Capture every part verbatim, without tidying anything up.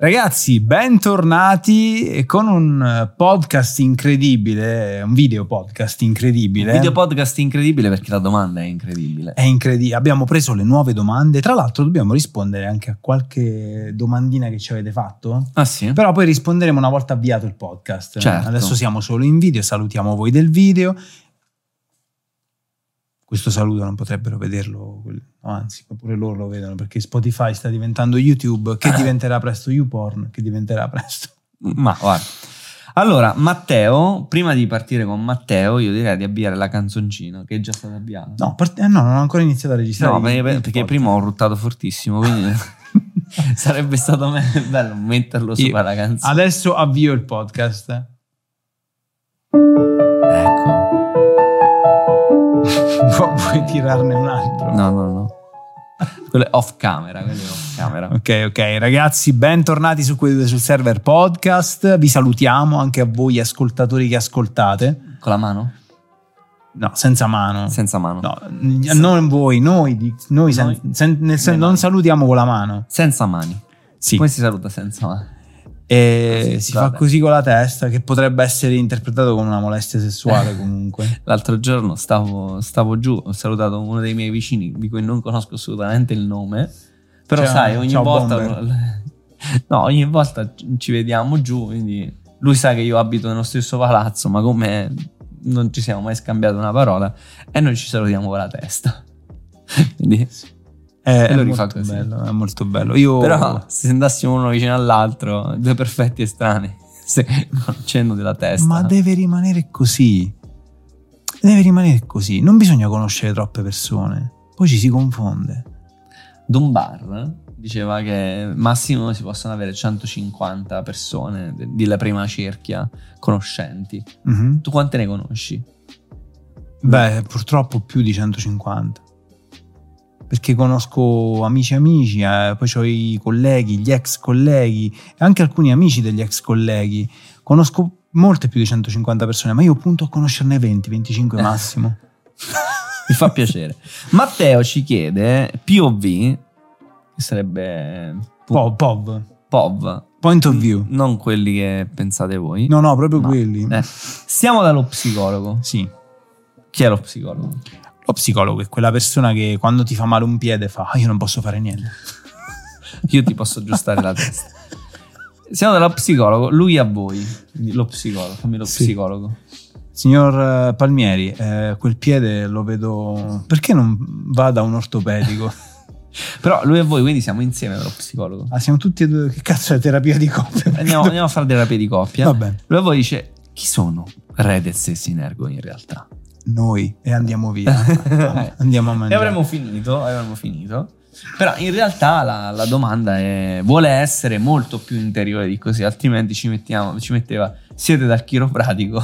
Ragazzi, bentornati con un podcast incredibile, un video podcast incredibile. Un video podcast incredibile perché la domanda è incredibile. È incredibile. Abbiamo preso le nuove domande. Tra l'altro dobbiamo rispondere anche a qualche domandina che ci avete fatto. Ah sì? Però poi risponderemo una volta avviato il podcast. Certo. Adesso siamo solo in video, salutiamo voi del video. Questo saluto non potrebbero vederlo, no, anzi pure loro lo vedono perché Spotify sta diventando YouTube, che diventerà presto YouPorn, che diventerà presto. Ma guarda, allora Matteo, prima di partire con Matteo io direi di avviare la canzoncina che è già stata avviata. No, part- eh, no non ho ancora iniziato a registrare. No, perché, perché prima ho ruttato fortissimo, quindi sarebbe stato me- bello metterlo sopra io, la canzone. Adesso avvio il podcast. Ecco. Vuoi tirarne un altro? No, no, no. Quello è off camera, quello è off camera. Ok, ok. Ragazzi, bentornati su quelli sul server podcast. Vi salutiamo anche a voi ascoltatori che ascoltate. Con la mano? No, senza mano. Senza mano. No, Sen- non voi, noi, noi, noi sen- sen- nel sen- non salutiamo con la mano. Senza mani. Sì. Come si saluta senza mani? E sì, si vabbè. fa così con la testa, che potrebbe essere interpretato come una molestia sessuale comunque. L'altro giorno stavo, stavo giù, ho salutato uno dei miei vicini di cui non conosco assolutamente il nome, però ciao, sai ogni ciao volta Bomber. no ogni volta ci vediamo giù, quindi lui sa che io abito nello stesso palazzo, ma come non ci siamo mai scambiati una parola e noi ci salutiamo con la testa. Quindi È, e lo è rifà molto così. bello, è molto bello. Io Però se andassimo uno vicino all'altro, due perfetti estranei, se con un cenno della testa. Ma deve rimanere così. Deve rimanere così. Non bisogna conoscere troppe persone, poi ci si confonde. Dunbar diceva che massimo si possono avere centocinquanta persone della prima cerchia conoscenti. Mm-hmm. Tu quante ne conosci? Beh, purtroppo più di centocinquanta. Perché conosco amici amici, eh, poi ho i colleghi, gli ex colleghi e anche alcuni amici degli ex colleghi. Conosco molte più di centocinquanta persone, ma io punto a conoscerne venti venticinque massimo. Mi fa piacere. Matteo ci chiede P O V, che sarebbe Po- P O V. P O V. Point of view. Non quelli che pensate voi. No, no, proprio Ma, quelli. Eh. Stiamo dallo psicologo. Sì. Chi è lo psicologo? Lo psicologo è quella persona che quando ti fa male un piede fa ah, io non posso fare niente. Io ti posso aggiustare la testa. Siamo dallo psicologo, lui a voi. Lo psicologo, fammi lo sì. psicologo. Signor Palmieri, eh, quel piede lo vedo. Perché non va da un ortopedico? Però lui e voi, quindi siamo insieme dallo psicologo. Ah, siamo tutti e due. Che cazzo è terapia di coppia? Andiamo, andiamo a fare terapia di coppia. Va bene. Lui e voi dice: chi sono Redez e Sinergo in realtà? Noi e andiamo via. Andiamo a mangiare. E avremmo finito, avremmo finito. Però in realtà la, la domanda è: vuole essere molto più interiore di così, altrimenti ci mettiamo, ci metteva siete dal chiropratico.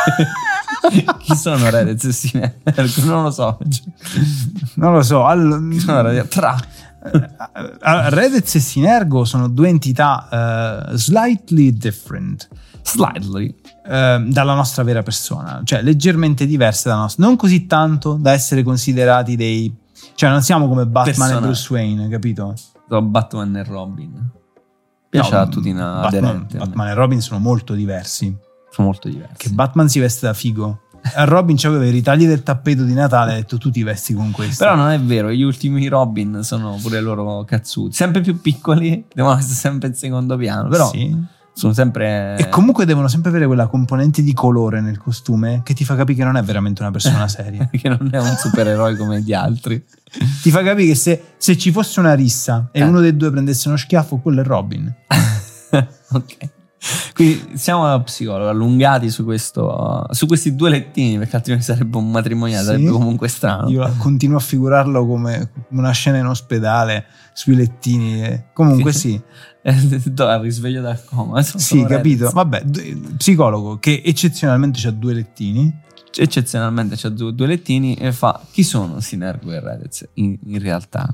Chi sono Redez e Sinergo? Non lo so. Non lo so. All... Chi sono Redez? Tra. Redez e Sinergo sono due entità uh, slightly different. Slightly. Uh, dalla nostra vera persona, cioè leggermente diverse dalla nostra, non così tanto da essere considerati dei, cioè non siamo come Batman Persona. e Bruce Wayne, capito? Batman e Robin. Piace no, la tutina aderente. Batman e Robin sono molto diversi. Sono molto diversi. Che Batman si veste da figo. A Robin c'aveva i ritagli del tappeto di Natale e ha detto tu ti vesti con questo. Però non è vero, gli ultimi Robin sono pure loro cazzuti, sempre più piccoli, devono essere sempre in secondo piano, però sì. Sono sempre... E comunque devono sempre avere quella componente di colore nel costume che ti fa capire che non è veramente una persona seria. Che non è un supereroe come gli altri. Ti fa capire che se, se ci fosse una rissa e eh. uno dei due prendesse uno schiaffo, quello è Robin. Ok. Quindi siamo allo psicologo, allungati su questo, su questi due lettini, perché altrimenti sarebbe un matrimoniale, sì. Sarebbe comunque strano. Io continuo a figurarlo come una scena in ospedale sui lettini. Comunque sì. Al risveglio dal coma. Sì, capito. Redez. Vabbè, psicologo che eccezionalmente c'ha due lettini. Eccezionalmente c'ha due, due lettini e fa: chi sono Sinergo e Redez in, in realtà?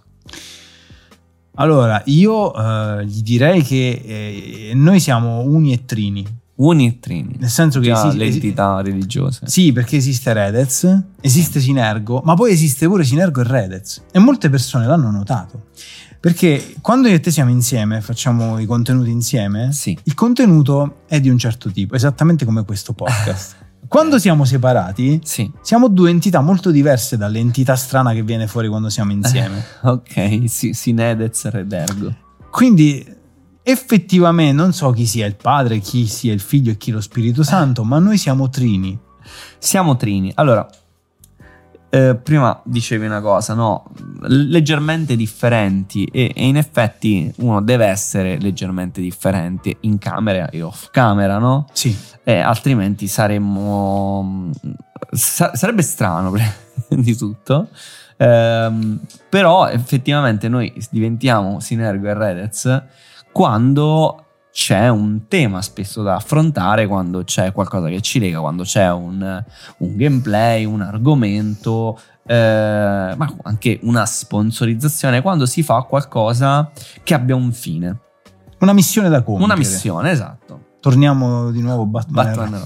Allora, io eh, gli direi che eh, noi siamo uni e trini. Uni e Trini. Nel senso che Già esi- l'entità religiosa. Sì, perché esiste Redez, esiste Sinergo, ma poi esiste pure Sinergo e Redez. E molte persone l'hanno notato. Perché quando io e te siamo insieme, facciamo i contenuti insieme, Sì. il contenuto è di un certo tipo, esattamente come questo podcast. Quando siamo separati, Sì. siamo due entità molto diverse dall'entità strana che viene fuori quando siamo insieme. Ok, sì, Sinedez e Redergo. Quindi effettivamente non so chi sia il padre, chi sia il figlio e chi lo Spirito Santo, ma noi siamo trini. Siamo Trini. Allora, eh, prima dicevi una cosa, no? Leggermente differenti e, e in effetti uno deve essere leggermente differente in camera e off camera, no? Sì. Eh, altrimenti saremmo sa- sarebbe strano prima di tutto. Ehm, però effettivamente noi diventiamo Sinergo e Redez quando c'è un tema spesso da affrontare, quando c'è qualcosa che ci lega, quando c'è un, un gameplay, un argomento, eh, ma anche una sponsorizzazione, quando si fa qualcosa che abbia un fine. Una missione da compiere. Una missione, esatto. Torniamo di nuovo a Batman. Batman.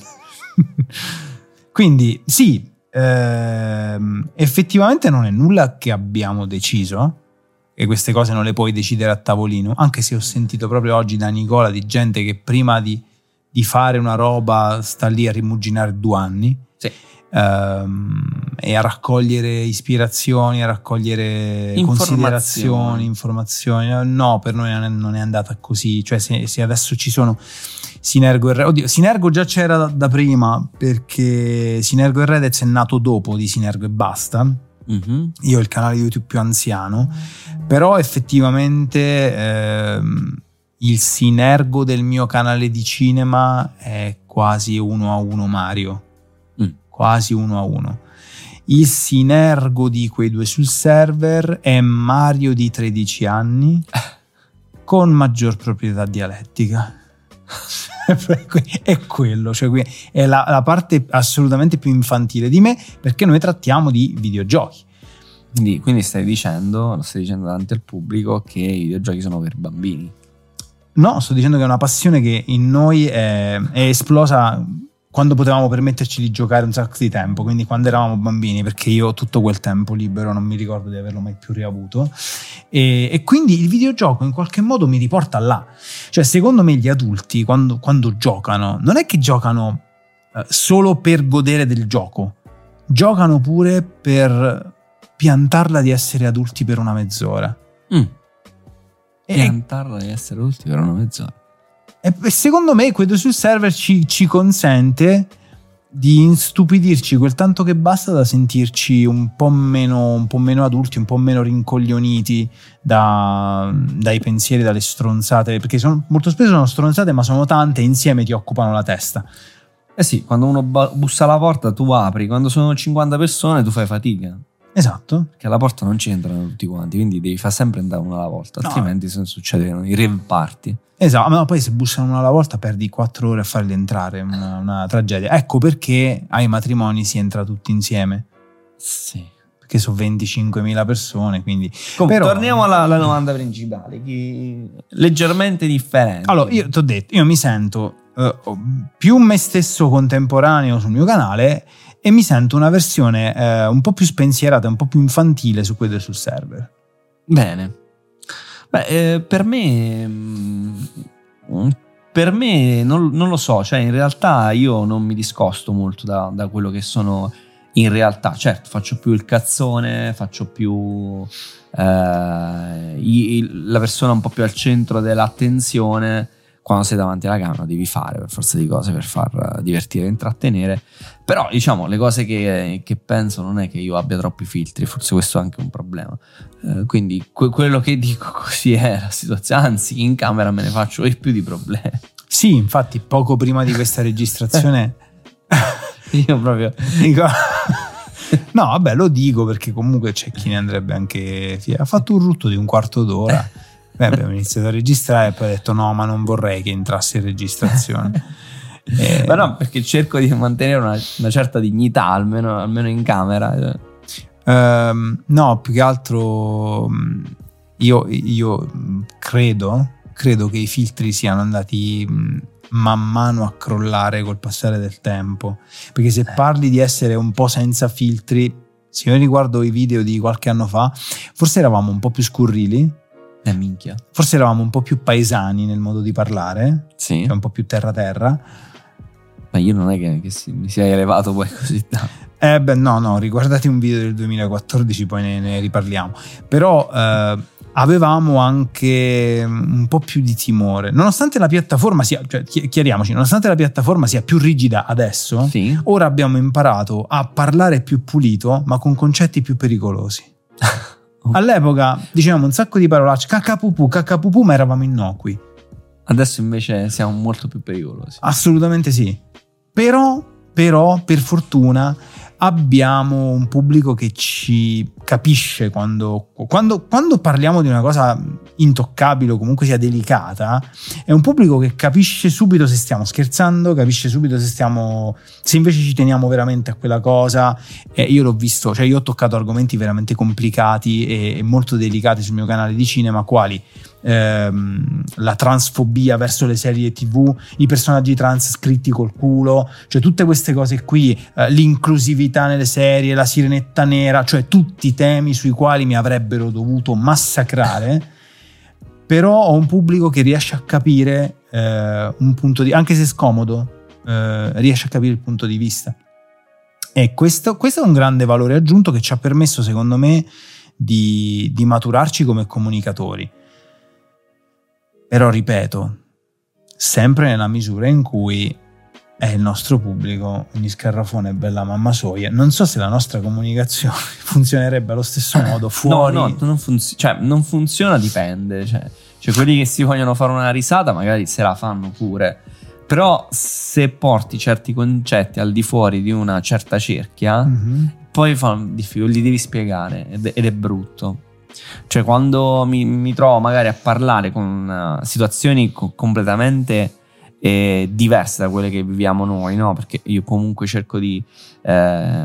Quindi sì, ehm, effettivamente non è nulla che abbiamo deciso, e queste cose non le puoi decidere a tavolino, anche se ho sentito proprio oggi da Nicola di gente che prima di, di fare una roba sta lì a rimuginare due anni. Sì. ehm, e a raccogliere ispirazioni, a raccogliere Informazioni. considerazioni, informazioni. No, per noi non è, non è andata così. Cioè se, se adesso ci sono Sinergo e Redez, oddio, Sinergo già c'era da, da prima, perché Sinergo e Redez è nato dopo di Sinergo e Basta. Mm-hmm. Io ho il canale YouTube più anziano, però effettivamente ehm, il Sinergo del mio canale di cinema è quasi uno a uno Mario, mm. quasi uno a uno. Il Sinergo di quei due sul server è Mario di tredici anni con maggior proprietà dialettica. È quello, cioè è la, la parte assolutamente più infantile di me, perché noi trattiamo di videogiochi. Quindi, quindi stai dicendo, lo stai dicendo davanti al pubblico, che i videogiochi sono per bambini? No, sto dicendo che è una passione che in noi è, è esplosa quando potevamo permetterci di giocare un sacco di tempo, quindi quando eravamo bambini, perché io tutto quel tempo libero non mi ricordo di averlo mai più riavuto, e, e quindi il videogioco in qualche modo mi riporta là. Cioè secondo me gli adulti quando, quando giocano non è che giocano eh, solo per godere del gioco, giocano pure per piantarla di essere adulti per una mezz'ora. Mm. E, Piantarla di essere adulti per una mezz'ora. E secondo me quello sul server ci, ci consente di instupidirci quel tanto che basta da sentirci un po' meno, un po' meno adulti, un po' meno rincoglioniti da, dai pensieri, dalle stronzate, perché sono, molto spesso sono stronzate ma sono tante e insieme ti occupano la testa. Eh sì, quando uno bussa alla porta tu apri, quando sono cinquanta persone tu fai fatica. Esatto. Perché alla porta non ci entrano tutti quanti, quindi devi far sempre andare uno alla volta, altrimenti no. Se succedono i rave party. Esatto, ma poi se bussano uno alla volta perdi quattro ore a farli entrare, è una, una tragedia. Ecco perché ai matrimoni si entra tutti insieme. Sì. Perché sono venticinquemila persone, quindi... Comunque, però... torniamo alla, alla domanda principale, chi... leggermente differente. Allora, io ti ho detto, io mi sento uh, più me stesso contemporaneo sul mio canale e mi sento una versione uh, un po' più spensierata, un po' più infantile su quello sul server. Bene. Beh, eh, per me mh, per me non, non lo so, cioè in realtà io non mi discosto molto da, da quello che sono in realtà. Certo, faccio più il cazzone, faccio più eh, i, la persona un po' più al centro dell'attenzione. Quando sei davanti alla camera devi fare per forza di cose per far divertire e intrattenere, però diciamo le cose che, che penso non è che io abbia troppi filtri, forse questo è anche un problema, eh, quindi que- quello che dico così è la situazione, anzi in camera me ne faccio i più di problemi. Sì, infatti poco prima di questa registrazione io proprio dico no vabbè lo dico perché comunque c'è chi ne andrebbe anche ha fatto un rutto di un quarto d'ora. Beh, abbiamo iniziato a registrare e poi ho detto no, ma non vorrei che entrasse in registrazione. eh, ma no, perché cerco di mantenere una, una certa dignità almeno, almeno in camera. Um, no, più che altro io, io credo credo che i filtri siano andati man mano a crollare col passare del tempo, perché se parli di essere un po' senza filtri, se io riguardo i video di qualche anno fa, forse eravamo un po' più scurrili, eh, minchia. forse eravamo un po' più paesani nel modo di parlare, sì. cioè un po' più terra terra. Ma io non è che, che si, mi sia elevato poi così tanto. Eh beh no no, riguardate un video del duemilaquattordici, poi ne, ne riparliamo. Però eh, avevamo anche un po' più di timore, nonostante la piattaforma sia, cioè chiariamoci, nonostante la piattaforma sia più rigida adesso, sì. ora abbiamo imparato a parlare più pulito ma con concetti più pericolosi. Okay. All'epoca dicevamo un sacco di parolacce, cacapupù, cacapupù, ma eravamo innocui. Adesso invece siamo molto più pericolosi. Assolutamente sì. Però, però per fortuna abbiamo un pubblico che ci capisce quando, quando, quando parliamo di una cosa intoccabile o comunque sia delicata. È un pubblico che capisce subito se stiamo scherzando, capisce subito se stiamo se invece ci teniamo veramente a quella cosa. E io l'ho visto, cioè io ho toccato argomenti veramente complicati e, e molto delicati sul mio canale di cinema, quali ehm, la transfobia verso le serie tv, i personaggi trans scritti col culo, cioè tutte queste cose qui, eh, l'inclusività nelle serie, la sirenetta nera, cioè tutti temi sui quali mi avrebbero dovuto massacrare. Però ho un pubblico che riesce a capire eh, un punto di, anche se scomodo, eh, riesce a capire il punto di vista. E questo, questo è un grande valore aggiunto che ci ha permesso, secondo me, di, di maturarci come comunicatori. Però ripeto, sempre nella misura in cui è il nostro pubblico, ogni scarrafone è bella mamma soia. Non so se la nostra comunicazione funzionerebbe allo stesso modo fuori. No, no, non, funzi- cioè, non funziona, dipende. Cioè, cioè, quelli che si vogliono fare una risata magari se la fanno pure. Però se porti certi concetti al di fuori di una certa cerchia, mm-hmm. poi fa, li devi spiegare ed, ed è brutto. Cioè, quando mi, mi trovo magari a parlare con uh, situazioni co- completamente eh, diverse da quelle che viviamo noi, no? Perché io comunque cerco di eh,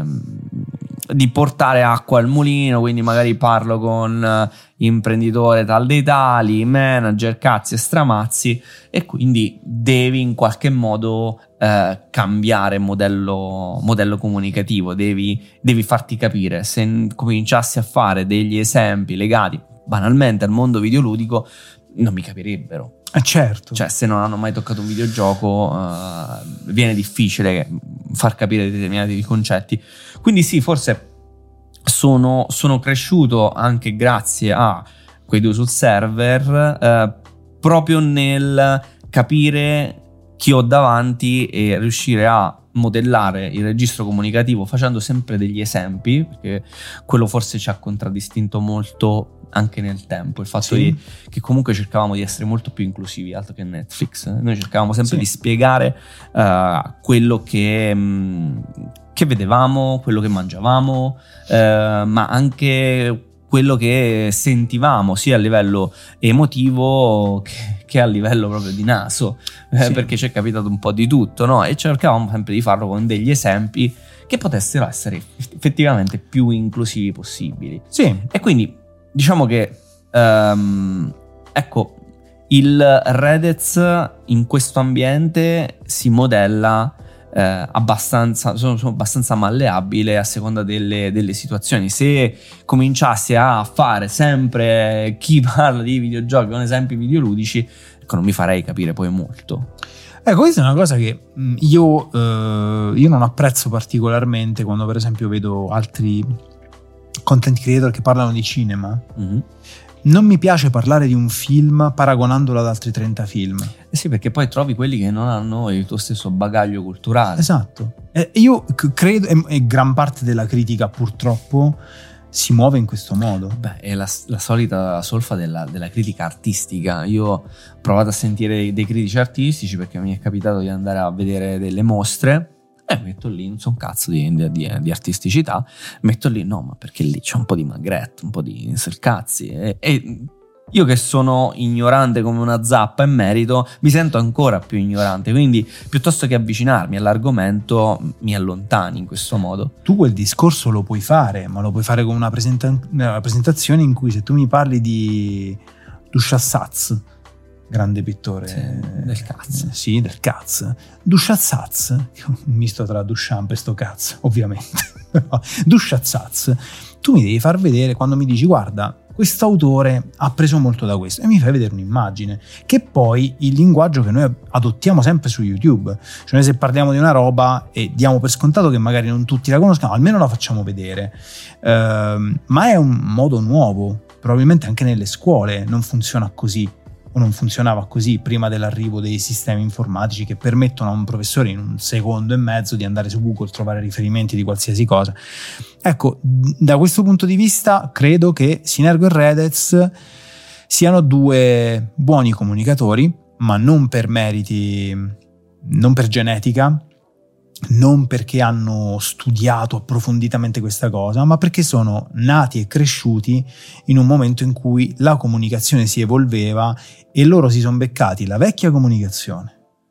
di portare acqua al mulino, quindi magari parlo con uh, imprenditore tal dei tali, manager, cazzi e stramazzi, e quindi devi in qualche modo uh, cambiare modello, modello comunicativo, devi, devi farti capire. Se cominciassi a fare degli esempi legati banalmente al mondo videoludico, non mi capirebbero. Eh certo. Cioè, se non hanno mai toccato un videogioco, uh, viene difficile far capire determinati concetti. Quindi sì, forse sono, sono cresciuto anche grazie a quei due sul server, uh, proprio nel capire chi ho davanti e riuscire a modellare il registro comunicativo facendo sempre degli esempi, perché quello forse ci ha contraddistinto molto anche nel tempo, il fatto sì. di, che comunque cercavamo di essere molto più inclusivi, altro che Netflix. Noi cercavamo sempre sì. di spiegare uh, quello che, mh, che vedevamo, quello che mangiavamo, uh, ma anche quello che sentivamo sia a livello emotivo che, che a livello proprio di naso, eh, sì. perché ci è capitato un po' di tutto, no? E cercavamo sempre di farlo con degli esempi che potessero essere effettivamente più inclusivi possibili. Sì. E quindi diciamo che um, ecco, il Reddit in questo ambiente si modella eh, abbastanza, sono, sono abbastanza malleabile a seconda delle, delle situazioni. Se cominciassi a fare sempre chi parla di videogiochi con esempi videoludici, ecco, non mi farei capire poi molto. Ecco, questa è una cosa che io, eh, io non apprezzo particolarmente quando per esempio vedo altri content creator che parlano di cinema. Mm-hmm. Non mi piace parlare di un film paragonandolo ad altri trenta film. Eh sì, perché poi trovi quelli che non hanno il tuo stesso bagaglio culturale. Esatto. E io credo, e gran parte della critica purtroppo si muove in questo modo. Beh, è la, la solita solfa della, della critica artistica. Io ho provato a sentire dei critici artistici perché mi è capitato di andare a vedere delle mostre. E metto lì, non so un cazzo di, di, di artisticità, metto lì, no, ma perché lì c'è un po' di Magritte, un po' di Selcazzi, e, e io che sono ignorante come una zappa in merito, mi sento ancora più ignorante, quindi piuttosto che avvicinarmi all'argomento mi allontani in questo modo. Tu quel discorso lo puoi fare, ma lo puoi fare con una, presenta- una presentazione in cui se tu mi parli di Dushasaz, grande pittore sì, del cazzo. Eh, sì, del cazzo. Dushazaz, un misto tra Duchamp e sto cazzo, ovviamente. Dushazaz, tu mi devi far vedere, quando mi dici guarda, quest'autore ha preso molto da questo, e mi fai vedere un'immagine, che poi il linguaggio che noi adottiamo sempre su YouTube, cioè noi se parliamo di una roba e diamo per scontato che magari non tutti la conoscano, almeno la facciamo vedere, uh, ma è un modo nuovo, probabilmente anche nelle scuole non funziona così, o non funzionava così prima dell'arrivo dei sistemi informatici che permettono a un professore in un secondo e mezzo di andare su Google, trovare riferimenti di qualsiasi cosa. Ecco, da questo punto di vista credo che Sinergo e Redez siano due buoni comunicatori, ma non per meriti, non per genetica, non perché hanno studiato approfonditamente questa cosa, ma perché sono nati e cresciuti in un momento in cui la comunicazione si evolveva e loro si sono beccati la vecchia comunicazione,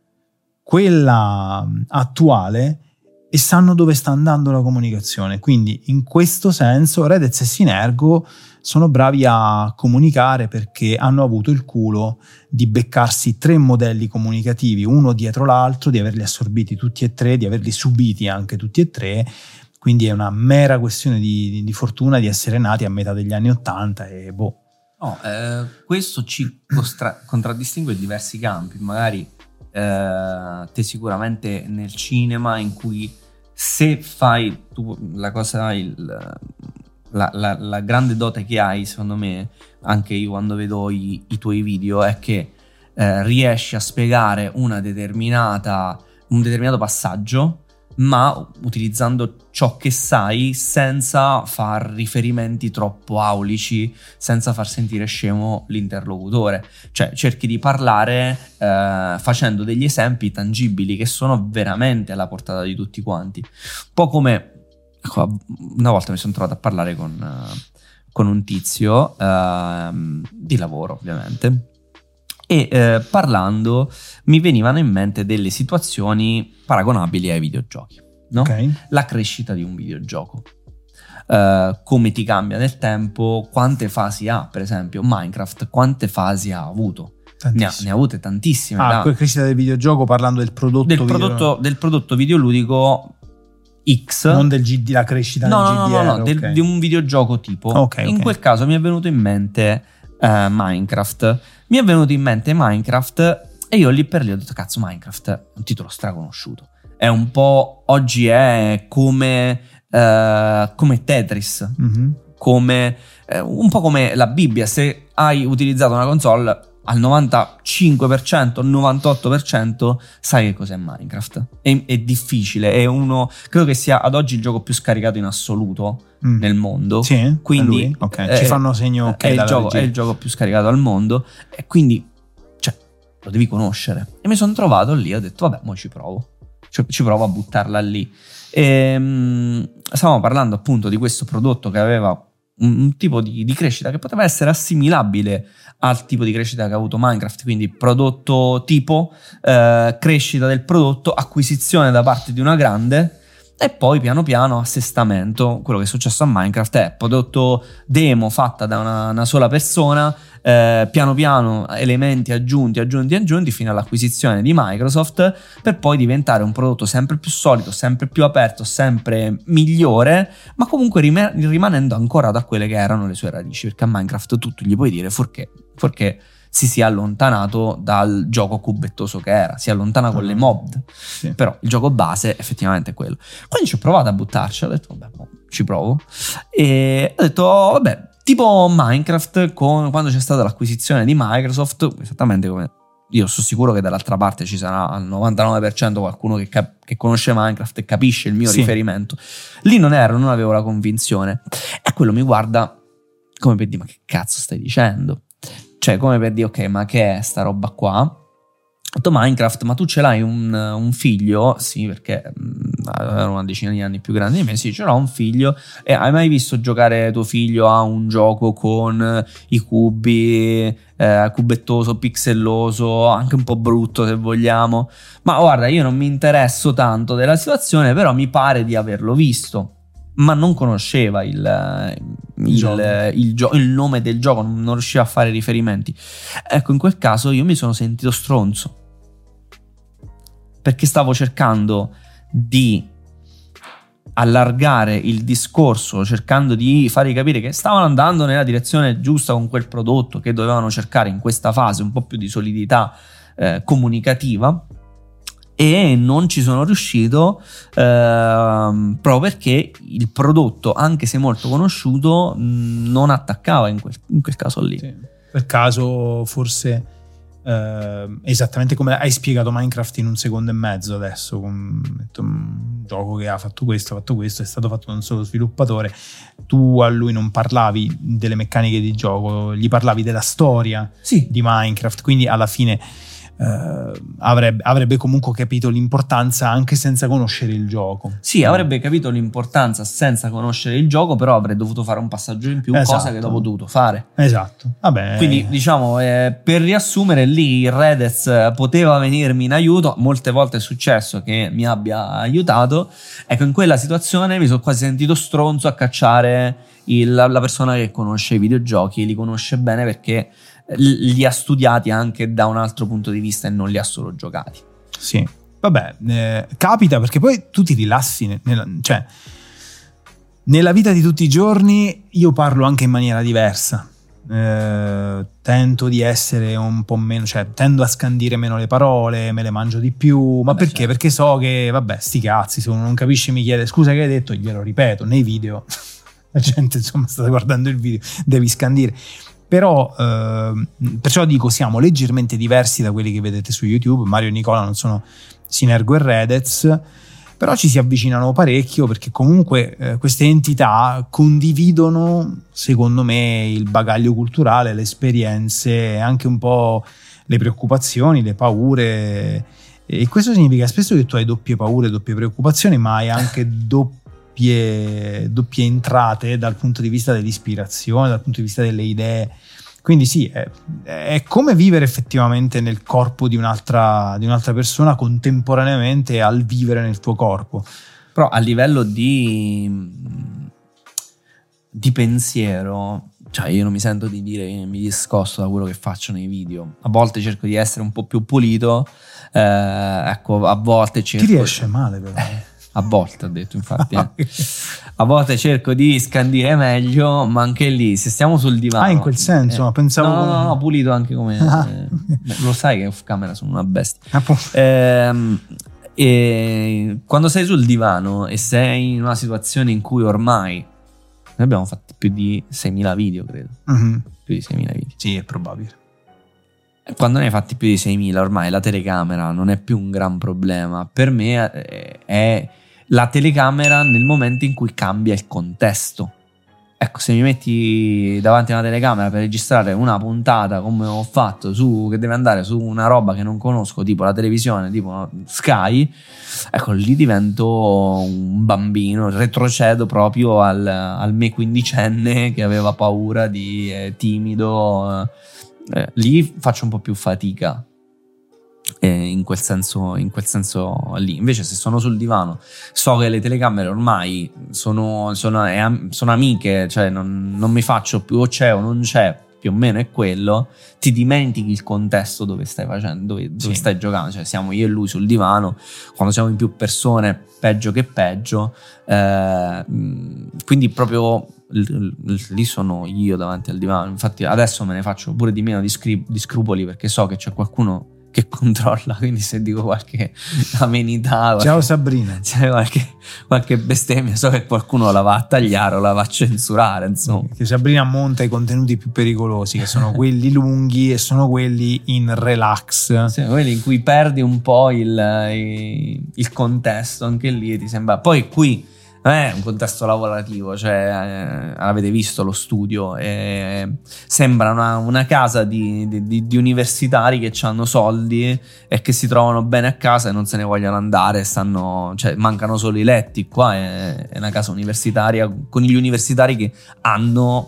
quella attuale, e sanno dove sta andando la comunicazione. Quindi in questo senso Redez e Sinergo sono bravi a comunicare perché hanno avuto il culo di beccarsi tre modelli comunicativi uno dietro l'altro, di averli assorbiti tutti e tre, di averli subiti anche tutti e tre. Quindi è una mera questione di, di fortuna di essere nati a metà degli anni Ottanta e boh. No, eh, questo ci costra- contraddistingue in diversi campi. Magari eh, te sicuramente nel cinema, in cui se fai tu la cosa, il, la, la, la grande dote che hai, secondo me, anche io quando vedo i, i tuoi video, è che eh, riesci a spiegare una determinata, un determinato passaggio, ma utilizzando ciò che sai senza far riferimenti troppo aulici, senza far sentire scemo l'interlocutore. Cioè cerchi di parlare eh, facendo degli esempi tangibili che sono veramente alla portata di tutti quanti. Un po' come, ecco, una volta mi sono trovato a parlare con, uh, con un tizio uh, di lavoro, ovviamente, e eh, parlando mi venivano in mente delle situazioni paragonabili ai videogiochi, no? Okay. La crescita di un videogioco, uh, come ti cambia nel tempo, quante fasi ha, per esempio Minecraft, quante fasi ha avuto? Ne ha, ne ha avute tantissime. Ah, da, quella crescita del videogioco, parlando del prodotto del video... prodotto, del prodotto videoludico X, non del G D, la crescita no, del no, G D R, no, no, no, okay. del, di un videogioco tipo. Okay, in okay. quel caso mi è venuto in mente uh, Minecraft. Mi è venuto in mente Minecraft e io lì per lì ho detto cazzo, Minecraft è un titolo straconosciuto, è un po', oggi è come uh, come Tetris, mm-hmm. come uh, un po' come la Bibbia. Se hai utilizzato una console, al novantacinque per cento, novantotto per cento sai che cos'è Minecraft. È, è difficile, è uno, credo che sia ad oggi il gioco più scaricato in assoluto mm. nel mondo. Sì, quindi okay. eh, ci fanno segno okay, è, il gioco, è il gioco più scaricato al mondo, e quindi cioè, lo devi conoscere. E mi sono trovato lì, ho detto vabbè, mo ci provo, ci, ci provo a buttarla lì. E, mh, stavamo parlando appunto di questo prodotto che aveva un, un tipo di, di crescita che poteva essere assimilabile al tipo di crescita che ha avuto Minecraft, quindi prodotto tipo, eh, crescita del prodotto, acquisizione da parte di una grande, e poi piano piano assestamento. Quello che è successo a Minecraft è prodotto demo fatta da una, una sola persona, eh, piano piano elementi aggiunti, aggiunti, aggiunti fino all'acquisizione di Microsoft, per poi diventare un prodotto sempre più solido, sempre più aperto, sempre migliore, ma comunque rim- rimanendo ancora da quelle che erano le sue radici, perché a Minecraft tutto gli puoi dire fuorché, fuorché si sia allontanato dal gioco cubettoso che era, si allontana con le mod, sì. Però il gioco base effettivamente è quello. Quindi ci ho provato a buttarci, ho detto vabbè, ci provo, e ho detto oh, vabbè, tipo Minecraft, con, quando c'è stata l'acquisizione di Microsoft, esattamente come io sono sicuro che dall'altra parte ci sarà al novantanove per cento qualcuno che, cap- che conosce Minecraft e capisce il mio sì. riferimento. Lì non ero, non avevo la convinzione, e quello mi guarda come per dire ma che cazzo stai dicendo? Cioè come per dire ok, ma che è sta roba qua? Ho detto Minecraft, ma tu ce l'hai un, un figlio? Sì, perché aveva una decina di anni più grande di me. Sì, ce l'ho un figlio. E hai mai visto giocare tuo figlio a un gioco con i cubi, eh, cubettoso, pixelloso, anche un po' brutto se vogliamo? Ma guarda, io non mi interesso tanto della situazione, però mi pare di averlo visto. ma non conosceva il, il, il, gio- il nome del gioco, non riusciva a fare riferimenti. Ecco, in quel caso io mi sono sentito stronzo, perché stavo cercando di allargare il discorso, cercando di fargli capire che stavano andando nella direzione giusta con quel prodotto, che dovevano cercare in questa fase un po' più di solidità eh, comunicativa, e non ci sono riuscito eh, proprio perché il prodotto, anche se molto conosciuto, mh, non attaccava in quel, in quel caso lì. Sì. Per caso forse Uh, esattamente come hai spiegato Minecraft in un secondo e mezzo adesso, con un gioco che ha fatto questo, ha fatto questo, è stato fatto da un solo sviluppatore. Tu a lui non parlavi delle meccaniche di gioco, gli parlavi della storia sì. di Minecraft, quindi alla fine uh, avrebbe, avrebbe comunque capito l'importanza anche senza conoscere il gioco. Sì, avrebbe capito l'importanza senza conoscere il gioco, però avrei dovuto fare un passaggio in più, esatto. cosa che dopo ho dovuto fare. Esatto. Vabbè. Quindi diciamo, eh, per riassumere, lì il Redez poteva venirmi in aiuto, molte volte è successo che mi abbia aiutato. Ecco, in quella situazione mi sono quasi sentito stronzo a cacciare il, la persona che conosce i videogiochi e li conosce bene, perché li ha studiati anche da un altro punto di vista e non li ha solo giocati. Sì, vabbè, eh, capita, perché poi tu ti rilassi nel, nel, cioè nella vita di tutti i giorni. Io parlo anche in maniera diversa, eh, tento di essere un po' meno, cioè tendo a scandire meno le parole, me le mangio di più, ma Beh, perché? certo. Perché so che vabbè, sti cazzi, se uno non capisce mi chiede scusa che hai detto, glielo ripeto nei video. La gente insomma sta guardando il video, devi scandire. Però eh, perciò dico, siamo leggermente diversi da quelli che vedete su YouTube. Mario e Nicola non sono Sinergo e Redez, però ci si avvicinano parecchio, perché comunque eh, queste entità condividono, secondo me, il bagaglio culturale, le esperienze, anche un po' le preoccupazioni, le paure, e questo significa spesso che tu hai doppie paure, doppie preoccupazioni, ma hai anche doppie doppie entrate dal punto di vista dell'ispirazione, dal punto di vista delle idee. Quindi sì, è, è come vivere effettivamente nel corpo di un'altra, di un'altra persona contemporaneamente al vivere nel tuo corpo. Però a livello di di pensiero, cioè io non mi sento di dire che mi discosto da quello che faccio nei video. A volte cerco di essere un po' più pulito, eh, ecco, a volte cerco... Ti riesce male però. Eh. A volte ho detto, infatti, eh. A volte cerco di scandire meglio, ma anche lì, se stiamo sul divano. Ah, in quel senso, eh, pensavo. No, no, no, no, pulito anche come. Ah. Eh, lo sai che off camera sono una bestia. Ah, Ehm, e quando sei sul divano e sei in una situazione in cui ormai noi abbiamo fatto più di seimila video, credo. Mm-hmm. Più di seimila video. Sì, è probabile. Quando ne hai fatti più di seimila, ormai la telecamera non è più un gran problema. Per me è la telecamera nel momento in cui cambia il contesto. Ecco, se mi metti davanti a una telecamera per registrare una puntata come ho fatto su, che deve andare su una roba che non conosco, tipo la televisione, tipo Sky, ecco, lì divento un bambino, retrocedo proprio al, al me quindicenne che aveva paura, di eh, timido, eh, lì faccio un po' più fatica. Eh, in quel senso in quel senso lì. Invece se sono sul divano, so che le telecamere ormai sono, sono, eh, sono amiche, cioè non, non mi faccio più o c'è o non c'è, più o meno è quello, ti dimentichi il contesto dove stai facendo, dove, dove sì. stai giocando, cioè siamo io e lui sul divano, quando siamo in più persone peggio che peggio, eh, quindi proprio lì sono io davanti al divano. Infatti adesso me ne faccio pure di meno di, scri- di scrupoli, perché so che c'è qualcuno che controlla, quindi se dico qualche amenità, qualche, ciao Sabrina, c'è qualche, qualche bestemmia, so che qualcuno la va a tagliare o la va a censurare, insomma. Che Sabrina monta i contenuti più pericolosi, che sono quelli lunghi e sono quelli in relax, sì, quelli in cui perdi un po' il, il, il contesto, anche lì ti sembra. Poi qui è un contesto lavorativo, cioè eh, avete visto lo studio, eh, sembra una, una casa di, di, di universitari che hanno soldi e che si trovano bene a casa e non se ne vogliono andare, stanno, cioè mancano solo i letti. Qua è, è una casa universitaria con gli universitari che hanno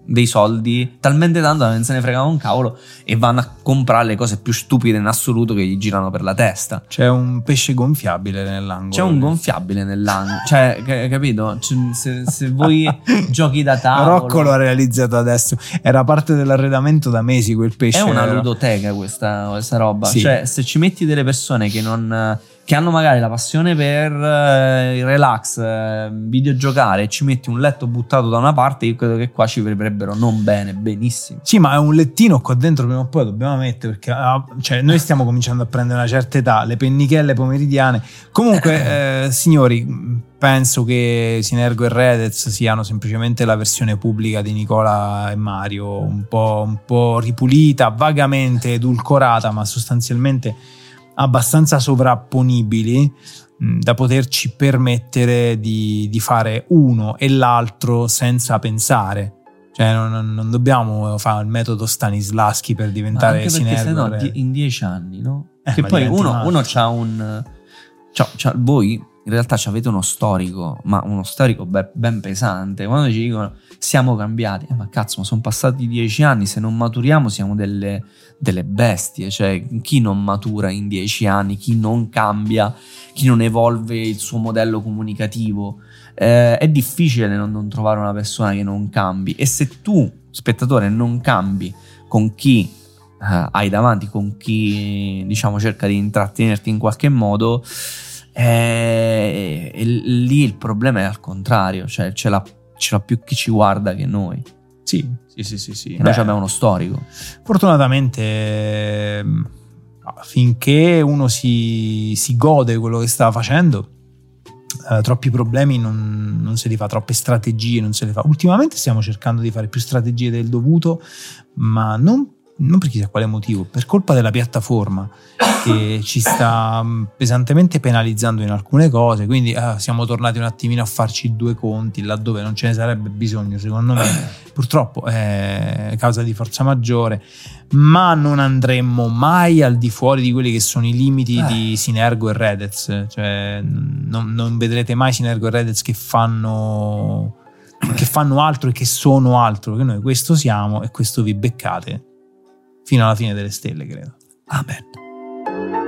dei soldi talmente tanto da non se ne fregano un cavolo e vanno a comprare le cose più stupide in assoluto che gli girano per la testa. C'è un pesce gonfiabile nell'angolo. C'è un gonfiabile nell'angolo, cioè, c- capito? Cioè, se, se voi giochi da tavolo, Rocco lo ha realizzato adesso, era parte dell'arredamento da mesi quel pesce. è una era. ludoteca questa, questa roba. Sì. Cioè, se ci metti delle persone che non che hanno magari la passione per eh, il relax, eh, videogiocare, e ci metti un letto buttato da una parte, io credo che qua ci vivrebbero non bene, benissimo. Sì, ma è un lettino qua dentro prima o poi dobbiamo mettere, perché ah, cioè, noi stiamo cominciando a prendere una certa età, le pennichelle pomeridiane. Comunque, eh, signori, penso che Sinergo e Redez siano semplicemente la versione pubblica di Nicola e Mario, un po', un po' ripulita, vagamente edulcorata, ma sostanzialmente abbastanza sovrapponibili mh, da poterci permettere di, di fare uno e l'altro senza pensare. Cioè non, non dobbiamo fare il metodo Stanislavski per diventare anche perché Sinergo. sennò di- in dieci anni, no? Eh, che ma poi diventi uno, matto. uno c'ha un c'ha, c'ha- voi in realtà avete uno storico, ma uno storico be- ben pesante. Quando ci dicono siamo cambiati, eh, ma cazzo, ma sono passati dieci anni, se non maturiamo siamo delle, delle bestie. Cioè, chi non matura in dieci anni, chi non cambia, chi non evolve il suo modello comunicativo, eh, è difficile non, non trovare una persona che non cambi. E se tu, spettatore, non cambi con chi eh, hai davanti, con chi diciamo cerca di intrattenerti in qualche modo, eh, e lì il problema è al contrario, cioè ce l'ha, ce l'ha più chi ci guarda che noi. Sì, sì, sì, sì, sì. E noi abbiamo uno storico. Fortunatamente, ehm, finché uno si, si gode quello che sta facendo, eh, troppi problemi non, non se li fa, troppe strategie non se le fa. Ultimamente stiamo cercando di fare più strategie del dovuto, ma non, non per chissà quale motivo, per colpa della piattaforma che ci sta pesantemente penalizzando in alcune cose, quindi eh, siamo tornati un attimino a farci due conti laddove non ce ne sarebbe bisogno, secondo me. Purtroppo è causa di forza maggiore, ma non andremmo mai al di fuori di quelli che sono i limiti di Sinergo e Redez. Cioè non, non vedrete mai Sinergo e Redez che fanno che fanno altro e che sono altro, perché noi questo siamo e questo vi beccate fino alla fine delle stelle, credo. Amen.